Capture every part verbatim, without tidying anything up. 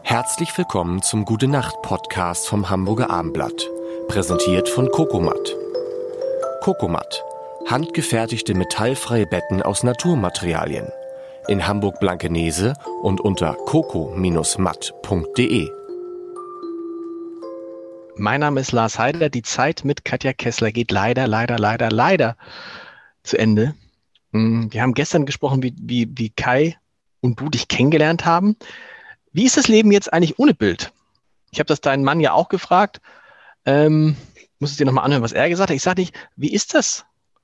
Herzlich willkommen zum Gute-Nacht-Podcast vom Hamburger Abendblatt. Präsentiert von Cocomat. Cocomat. Handgefertigte metallfreie Betten aus Naturmaterialien. In Hamburg-Blankenese und unter coco Bindestrich matt punkt de. Mein Name ist Lars Heider. Die Zeit mit Katja Kessler geht leider, leider, leider, leider zu Ende. Wir haben gestern gesprochen, wie, wie, wie Kai und du dich kennengelernt haben. Wie ist das Leben jetzt eigentlich ohne Bild? Ich habe das deinen Mann ja auch gefragt. Ähm, muss es dir nochmal anhören, was er gesagt hat. Ich sage nicht, wie ist das?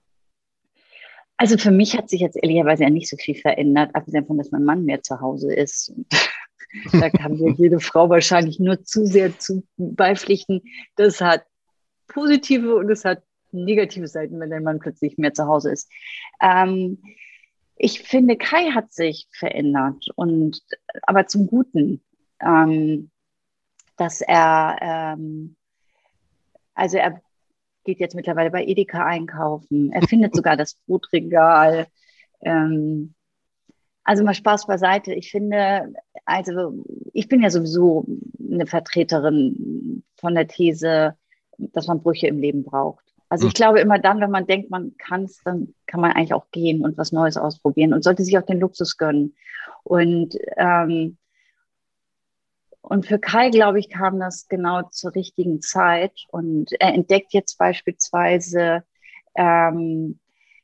Also für mich hat sich jetzt ehrlicherweise ja nicht so viel verändert, abgesehen davon, dass mein Mann mehr zu Hause ist. Da kann mir jede Frau wahrscheinlich nur zu sehr zu beipflichten. Das hat positive und es hat negative Seiten, wenn der Mann plötzlich mehr zu Hause ist. Ähm, ich finde, Kai hat sich verändert, und aber zum Guten. Ähm, dass er, ähm, also er geht jetzt mittlerweile bei Edeka einkaufen. Er findet sogar das Brotregal. Ähm, also mal Spaß beiseite. Ich finde, also ich bin ja sowieso eine Vertreterin von der These, dass man Brüche im Leben braucht. Also ich glaube immer dann, wenn man denkt, man kann es, dann kann man eigentlich auch gehen und was Neues ausprobieren und sollte sich auch den Luxus gönnen. Und ähm, Und für Kai, glaube ich, kam das genau zur richtigen Zeit. Und er entdeckt jetzt beispielsweise ähm,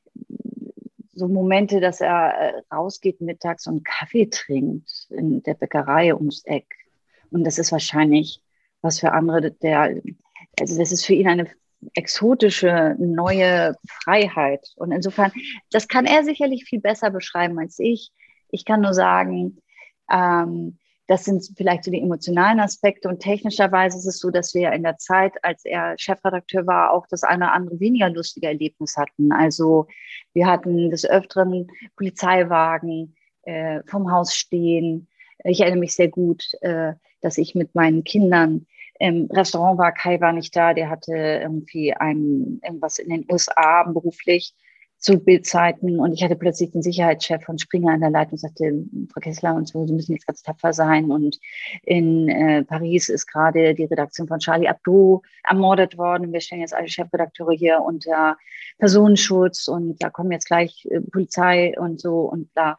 so Momente, dass er rausgeht mittags und Kaffee trinkt in der Bäckerei ums Eck. Und das ist wahrscheinlich was für andere, der, also das ist für ihn eine exotische, neue Freiheit. Und insofern, das kann er sicherlich viel besser beschreiben als ich. Ich kann nur sagen, ähm, das sind vielleicht so die emotionalen Aspekte, und technischerweise ist es so, dass wir in der Zeit, als er Chefredakteur war, auch das eine oder andere weniger lustige Erlebnis hatten. Also wir hatten des Öfteren Polizeiwagen äh, vom Haus stehen. Ich erinnere mich sehr gut, äh, dass ich mit meinen Kindern im Restaurant war. Kai war nicht da, der hatte irgendwie ein, irgendwas in den U S A beruflich zu Bildzeiten, und ich hatte plötzlich den Sicherheitschef von Springer an der Leitung und sagte, Frau Kessler und so, Sie müssen jetzt ganz tapfer sein, und in äh, Paris ist gerade die Redaktion von Charlie Hebdo ermordet worden, wir stellen jetzt alle Chefredakteure hier unter Personenschutz und da kommen jetzt gleich äh, Polizei und so und bla.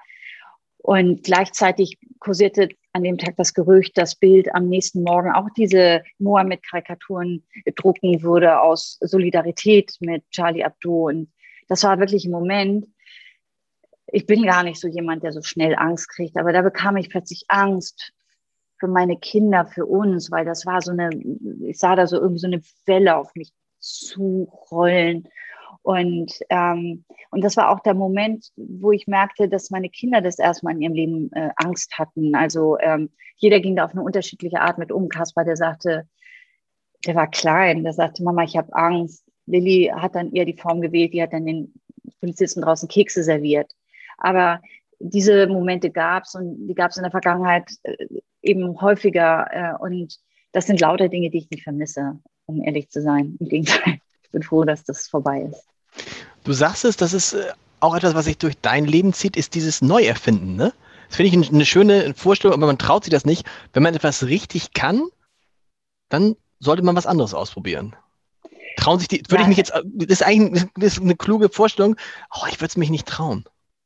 Und gleichzeitig kursierte an dem Tag das Gerücht, das Bild am nächsten Morgen auch diese Mohammed-Karikaturen drucken würde aus Solidarität mit Charlie Hebdo. Und das war wirklich ein Moment. Ich bin gar nicht so jemand, der so schnell Angst kriegt, aber da bekam ich plötzlich Angst für meine Kinder, für uns, weil das war so eine, ich sah da so irgendwie so eine Welle auf mich zurollen. Und, ähm, und das war auch der Moment, wo ich merkte, dass meine Kinder das erstmal in ihrem Leben äh, Angst hatten. Also ähm, jeder ging da auf eine unterschiedliche Art mit um. Kaspar, der sagte, der war klein, der sagte, Mama, ich habe Angst. Lilly hat dann eher die Form gewählt, die hat dann den Polizisten draußen Kekse serviert. Aber diese Momente gab es, und die gab es in der Vergangenheit äh, eben häufiger. Äh, und das sind lauter Dinge, die ich nicht vermisse, um ehrlich zu sein. Im Gegenteil, ich bin froh, dass das vorbei ist. Du sagst es, das ist auch etwas, was sich durch dein Leben zieht, ist dieses Neuerfinden, ne? Das finde ich eine schöne Vorstellung, aber man traut sich das nicht. Wenn man etwas richtig kann, dann sollte man was anderes ausprobieren. Trauen sich die, würde ja. ich mich jetzt, das ist eigentlich das ist eine kluge Vorstellung, oh, ich würde es mich nicht trauen.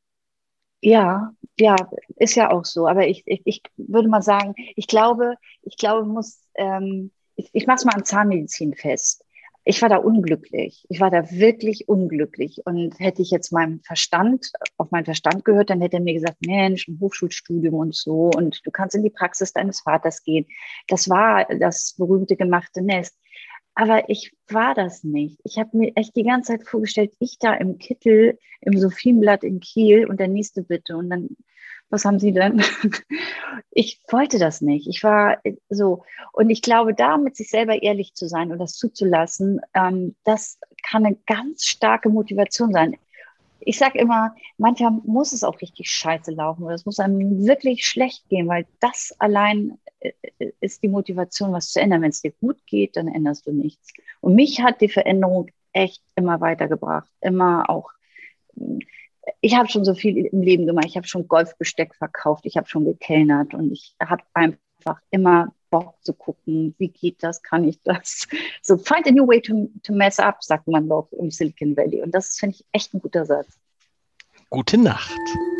Ja, ja, ist ja auch so. Aber ich, ich, ich würde mal sagen, ich glaube, ich glaube, muss, ähm, ich, ich mache es mal an Zahnmedizin fest. Ich war da unglücklich. Ich war da wirklich unglücklich. Und hätte ich jetzt meinem Verstand, auf meinen Verstand gehört, dann hätte er mir gesagt, Mensch, ein Hochschulstudium und so, und du kannst in die Praxis deines Vaters gehen. Das war das berühmte gemachte Nest. Aber ich war das nicht. Ich habe mir echt die ganze Zeit vorgestellt, ich da im Kittel, im Sophienblatt in Kiel, und der nächste bitte. Und dann, was haben Sie denn? Ich wollte das nicht. Ich war so. Und ich glaube, da mit sich selber ehrlich zu sein und das zuzulassen, ähm, das kann eine ganz starke Motivation sein. Ich sage immer, manchmal muss es auch richtig scheiße laufen oder es muss einem wirklich schlecht gehen, weil das allein ist die Motivation, was zu ändern. Wenn es dir gut geht, dann änderst du nichts. Und mich hat die Veränderung echt immer weitergebracht. Immer auch, ich habe schon so viel im Leben gemacht. Ich habe schon Golfbesteck verkauft, ich habe schon gekellnert, und ich habe einfach einfach immer Bock zu gucken, wie geht das, kann ich das? So, find a new way to, to mess up, sagt man doch im Silicon Valley. Und das finde ich echt ein guter Satz. Gute Nacht.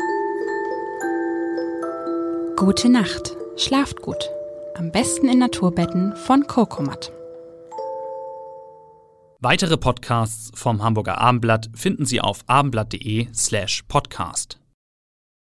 Gute Nacht. Schlaft gut. Am besten in Naturbetten von Cocomat. Weitere Podcasts vom Hamburger Abendblatt finden Sie auf abendblatt.de slash podcast.